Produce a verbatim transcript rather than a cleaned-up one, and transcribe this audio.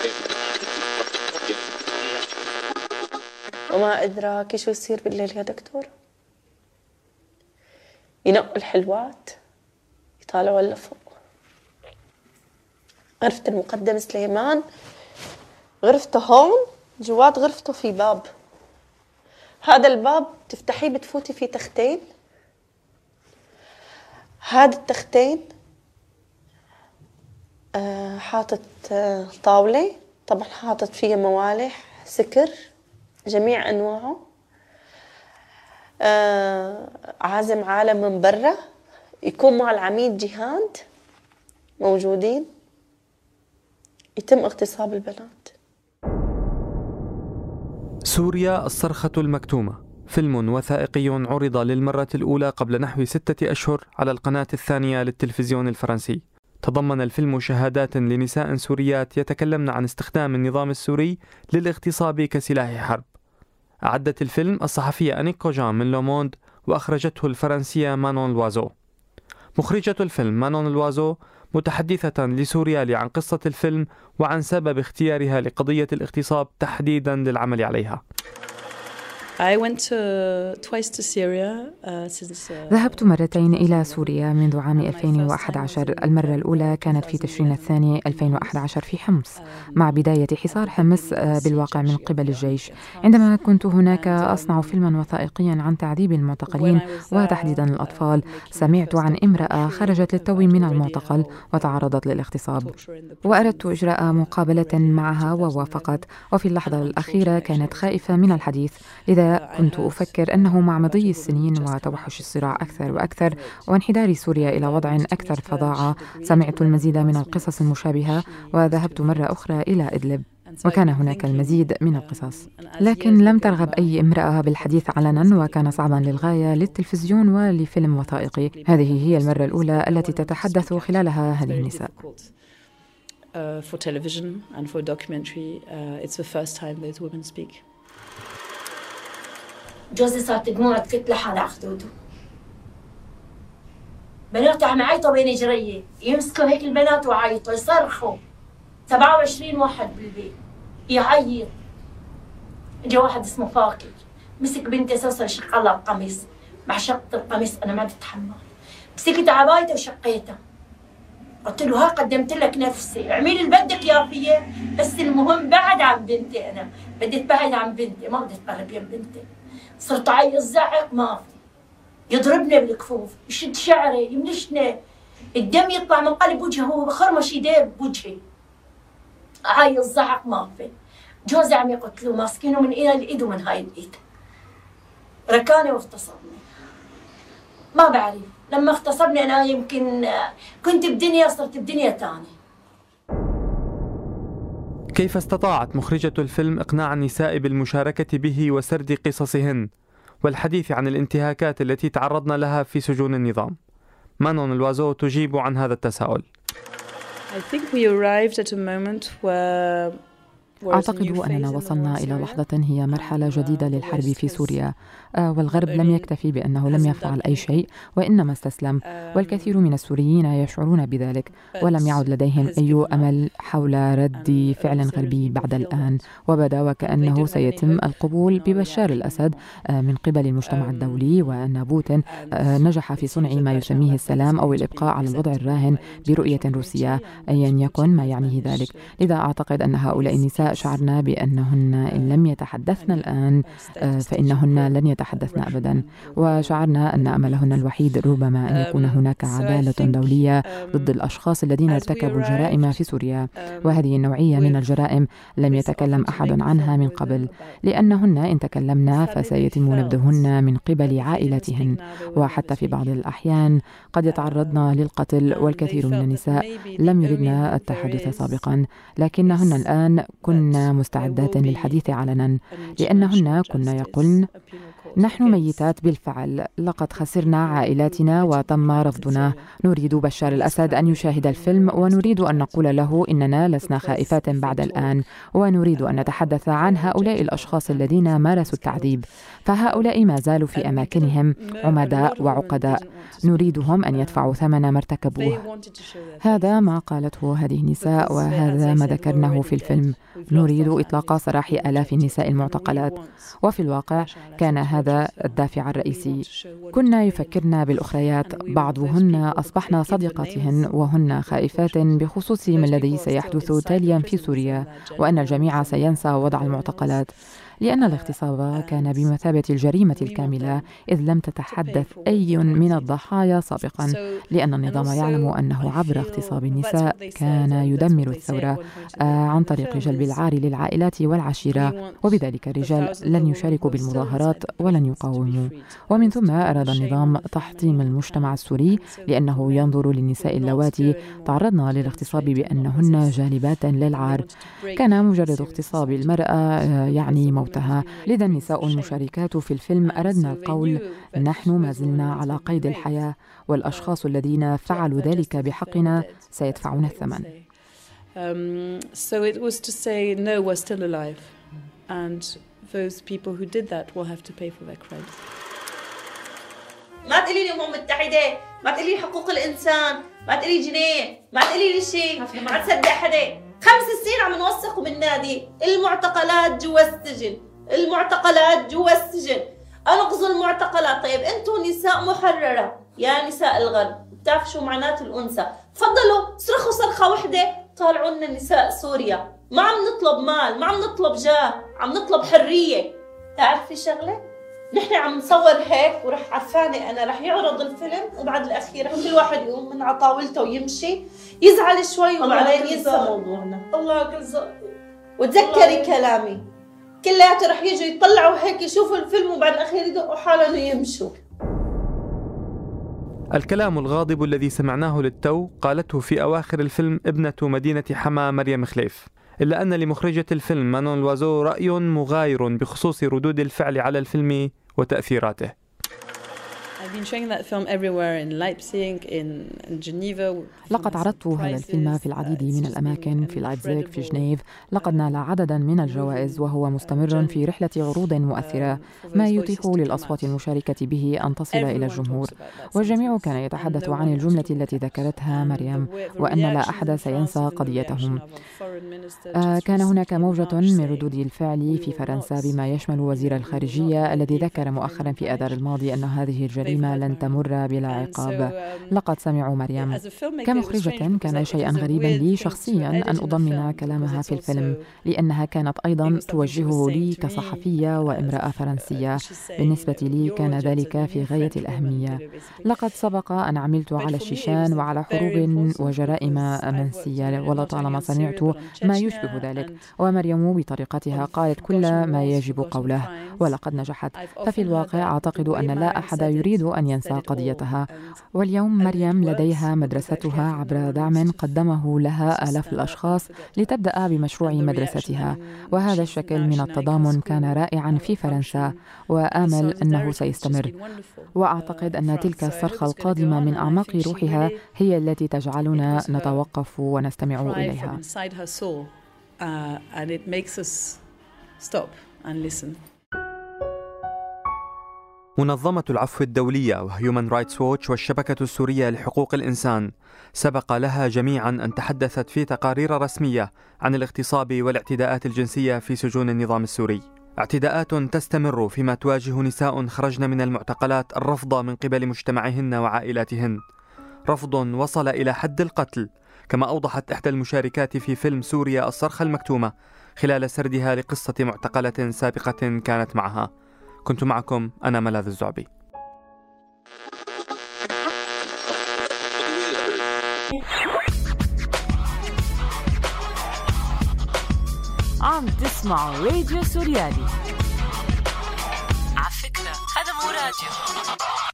وما أدراك شو يصير بالليل يا دكتور؟ ينقوا الحلوات يطالعوا لفوق. غرفة المقدم سليمان، غرفته هون، جوات غرفته في باب. هذا الباب تفتحيه بتفوتي فيه تختين. هذا التختين آه حاطط آه طاولة، طبعا حاطط فيها موالح سكر جميع أنواعه. آه عازم عالم من برا يكون مع العميد جهاد موجودين، يتم اغتصاب البنات. سوريا الصرخة المكتومة، فيلم وثائقي عرض للمرة الأولى قبل نحو ستة أشهر على القناة الثانية للتلفزيون الفرنسي. تضمن الفيلم شهادات لنساء سوريات يتكلمن عن استخدام النظام السوري للاغتصاب كسلاح حرب. أعدت الفيلم الصحفية أنيك كوجان من لوموند، وأخرجته الفرنسية مانون لوازو. مخرجة الفيلم مانون لوازو متحدثة لسوريالي عن قصة الفيلم وعن سبب اختيارها لقضية الاغتصاب تحديدا للعمل عليها. ذهبت مرتين إلى سوريا منذ عام ألفين وأحد عشر. المرة الأولى كانت في تشرين الثاني ألفين وأحد عشر في حمص، مع بداية حصار حمص بالواقع من قبل الجيش. عندما كنت هناك أصنع فيلما وثائقيا عن تعذيب المعتقلين وتحديدا الأطفال، سمعت عن امرأة خرجت للتو من المعتقل وتعرضت للاغتصاب، وأردت إجراء مقابلة معها ووافقت. وفي اللحظة الأخيرة كانت خائفة من الحديث، لذا كنت أفكر أنه مع مضي السنين وتوحش الصراع أكثر وأكثر وانحدار سوريا إلى وضع أكثر فظاعة، سمعت المزيد من القصص المشابهة وذهبت مرة أخرى إلى إدلب، وكان هناك المزيد من القصص. لكن لم ترغب أي امرأة بالحديث علنا، وكان صعبا للغاية للتلفزيون ولفيلم وثائقي. هذه هي المرة الأولى التي تتحدث خلالها هذه النساء. جوزي صارت دموعه تفت لحالها على خدوده. بناتي عم يعيطوا بين جريه، يمسكوا هيك البنات ويعيطوا يصرخوا. سبعة وعشرين واحد بالبيت يعيط. اجى واحد اسمه فاقد مسك بنتي سوسن شق لها القميص. مع شقة القميص انا ما بتحمل، مسكت عبايتها وشقيتها. قلت له ها قدمت لك نفسي، اعملي اللي بدك يا فيه، بس المهم بعد عن بنتي. انا بدي اتبعد عن بنتي، ما بدي اتقرب يم بنتي. صرت اعيط زعق ما في، يضربني بالكفوف، يشد شعري، يملشني، الدم يطلع من قلب وجهه، هو خرمش يديه بوجهي. اعيط زعق ما في. جوزي عم يقتلوه، ماسكينه من ايد الايد ومن هاي الايد. ركاني واغتصبني. ما بعرف، لما اغتصبني انا يمكن كنت بدنيا، صرت بدنيا ثانيه. كيف استطاعت مخرجة الفيلم إقناع النساء بالمشاركة به وسرد قصصهن والحديث عن الانتهاكات التي تعرضن لها في سجون النظام؟ مانون لوازو تجيب عن هذا التساؤل. أعتقد أننا وصلنا إلى لحظة هي مرحلة جديدة للحرب في سوريا، والغرب لم يكتفي بأنه لم يفعل أي شيء وإنما استسلم، والكثير من السوريين يشعرون بذلك، ولم يعد لديهم أي أمل حول رد فعل غربي بعد الآن. وبدا وكأنه سيتم القبول ببشار الأسد من قبل المجتمع الدولي، وأن بوتين نجح في صنع ما يسميه السلام أو الإبقاء على الوضع الراهن برؤية روسية أيا يكن ما يعنيه ذلك. لذا أعتقد أن هؤلاء النساء شعرنا بأنهن إن لم يتحدثن الآن فإنهن لن يتحدثن أبدا، وشعرنا أن أملهن الوحيد ربما أن يكون هناك عدالة دولية ضد الأشخاص الذين ارتكبوا الجرائم في سوريا. وهذه النوعية من الجرائم لم يتكلم أحد عنها من قبل، لأنهن إن تكلمنا فسيتم نبذهن من قبل عائلتهن، وحتى في بعض الأحيان قد يتعرضن للقتل. والكثير من النساء لم يردن التحدث سابقا، لكنهن الآن كن مستعدات للحديث علنا، لأنهن كن يقولن نحن ميتات بالفعل، لقد خسرنا عائلاتنا وتم رفضنا. نريد بشار الأسد أن يشاهد الفيلم، ونريد أن نقول له إننا لسنا خائفات بعد الآن، ونريد أن نتحدث عن هؤلاء الأشخاص الذين مارسوا التعذيب، فهؤلاء ما زالوا في أماكنهم عمداء وعقداء، نريدهم أن يدفعوا ثمن ما ارتكبوه. هذا ما قالته هذه النساء، وهذا ما ذكرناه في الفيلم. نريد إطلاق سراح آلاف النساء المعتقلات، وفي الواقع كان هذا الدافع الرئيسي. كنا يفكرن بالأخريات، بعضهن أصبحن صديقاتهن وهن خائفات بخصوص ما الذي سيحدث تاليا في سوريا، وأن الجميع سينسى وضع المعتقلات، لأن الاغتصاب كان بمثابة الجريمة الكاملة، إذ لم تتحدث أي من الضحايا سابقا، لأن النظام يعلم أنه عبر اغتصاب النساء كان يدمر الثورة عن طريق جلب العار للعائلات والعشيرة، وبذلك الرجال لن يشاركوا بالمظاهرات ولن يقاوموا. ومن ثم أراد النظام تحطيم المجتمع السوري، لأنه ينظر للنساء اللواتي تعرضن للاغتصاب بأنهن جالبات للعار. كان مجرد اغتصاب المرأة يعني موتها. لذا النساء المشاركات في الفيلم أردنا القول: نحن ما زلنا على قيد الحياة، والأشخاص الذين فعلوا ذلك بحقنا سيدفعون الثمن. Um, so it was to say, no, we're still alive, and those people who did that will have to pay for their crimes. ما تقولي لي أمم متحدة، ما تقولي لي حقوق الإنسان، ما تقولي جنيه، ما تقولي لي شيء، ما تصدق حدا. خمس سنين عم نوثق من نادي المعتقلات جوا السجن، المعتقلات جوا السجن، أنقذوا المعتقلات. طيب أنتم نساء محررة يا نساء الغرب، بتعرفوا شو معنات الأنثى، تفضلوا صرخوا صرخة وحدة، طالعوا لنا نساء سوريا. ما عم نطلب مال، ما عم نطلب جاه، عم نطلب حرية. تعرفي شغلة؟ نحن عم نصور هيك، ورح عرفاني أنا رح يعرض الفيلم، وبعد الأخير كل واحد يقوم من عطاولته ويمشي، يزعل شوي وبعدين ينسى موضوعنا. الله كذاب. وتذكري كلامي، كلياته رح يجوا يطلعوا هيك يشوفوا الفيلم، وبعد الأخير يدقوا حالهم ويمشوا. الكلام الغاضب الذي سمعناه للتو قالته في أواخر الفيلم ابنة مدينة حما مريم خليف، إلا أن لمخرجة الفيلم مانون لوازو رأي مغاير بخصوص ردود الفعل على الفيلم وتأثيراته. لقد عرضت هذا الفيلم في العديد من الأماكن، في لايبزيغ، في جنيف. لقد نال عددا من الجوائز، وهو مستمر في رحلة عروض مؤثرة، ما يتيح للأصوات المشاركة به أن تصل إلى الجمهور. والجميع كان يتحدث عن الجملة التي ذكرتها مريم، وأن لا أحد سينسى قضيتهم. آه كان هناك موجة من ردود الفعل في فرنسا، بما يشمل وزير الخارجية الذي ذكر مؤخرا في آذار الماضي أن هذه الجريمة لن تمر بلا عقاب. لقد سمعوا مريم. كمخرجة كان شيئا غريبا لي شخصيا أن أضمن كلامها في الفيلم، لأنها كانت أيضا توجهه لي كصحفية وامرأة فرنسية. بالنسبة لي كان ذلك في غاية الأهمية. لقد سبق أن عملت على الشيشان وعلى حروب وجرائم منسية، ولطالما سمعت ما يشبه ذلك، ومريم بطريقتها قالت كل ما يجب قوله، ولقد نجحت. ففي الواقع أعتقد أن لا أحد يريد أن ينسى قضيتها. واليوم مريم لديها مدرستها عبر دعم قدمه لها آلاف الأشخاص لتبدأ بمشروع مدرستها، وهذا الشكل من التضامن كان رائعا في فرنسا، وآمل أنه سيستمر. وأعتقد أن تلك الصرخة القادمة من أعماق روحها هي التي تجعلنا نتوقف ونستمع إليها. منظمة العفو الدولية وهيومن رايتس ووتش والشبكة السورية لحقوق الإنسان سبق لها جميعا أن تحدثت في تقارير رسمية عن الاغتصاب والاعتداءات الجنسية في سجون النظام السوري، اعتداءات تستمر فيما تواجه نساء خرجن من المعتقلات الرفض من قبل مجتمعهن وعائلاتهن، رفض وصل إلى حد القتل، كما أوضحت إحدى المشاركات في فيلم سوريا الصرخة المكتومة خلال سردها لقصة معتقلة سابقة كانت معها. كنت معكم أنا ملاذ الزعبي. عم تسمعوا راديو سوريالي. على فكرة هذا مو راديو.